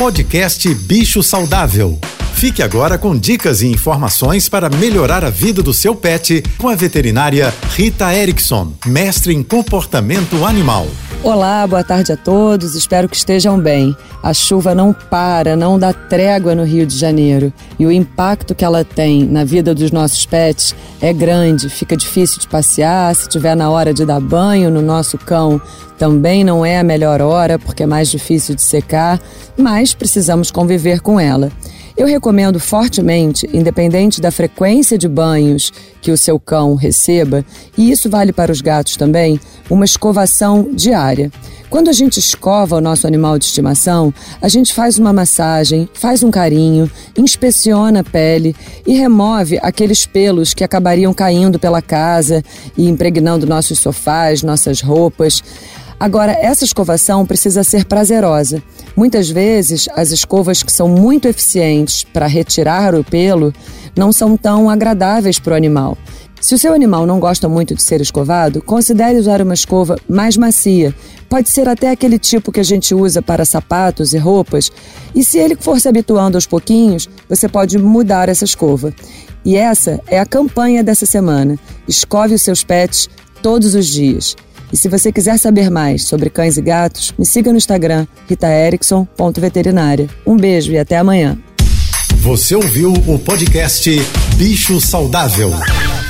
Podcast Bicho Saudável. Fique agora com dicas e informações para melhorar a vida do seu pet com a veterinária Rita Erickson, mestre em comportamento animal. Olá, boa tarde a todos, espero que estejam bem. A chuva não para, não dá trégua no Rio de Janeiro e o impacto que ela tem na vida dos nossos pets é grande. Fica difícil de passear, se tiver na hora de dar banho no nosso cão também não é a melhor hora porque é mais difícil de secar, mas precisamos conviver com ela. Eu recomendo fortemente, independente da frequência de banhos que o seu cão receba, e isso vale para os gatos também, uma escovação diária. Quando a gente escova o nosso animal de estimação, a gente faz uma massagem, faz um carinho, inspeciona a pele e remove aqueles pelos que acabariam caindo pela casa e impregnando nossos sofás, nossas roupas. Agora, essa escovação precisa ser prazerosa. Muitas vezes, as escovas que são muito eficientes para retirar o pelo não são tão agradáveis para o animal. Se o seu animal não gosta muito de ser escovado, considere usar uma escova mais macia. Pode ser até aquele tipo que a gente usa para sapatos e roupas. E se ele for se habituando aos pouquinhos, você pode mudar essa escova. E essa é a campanha dessa semana. Escove os seus pets todos os dias. E se você quiser saber mais sobre cães e gatos, me siga no Instagram, ritaerickson.veterinária. Um beijo e até amanhã. Você ouviu o podcast Bicho Saudável.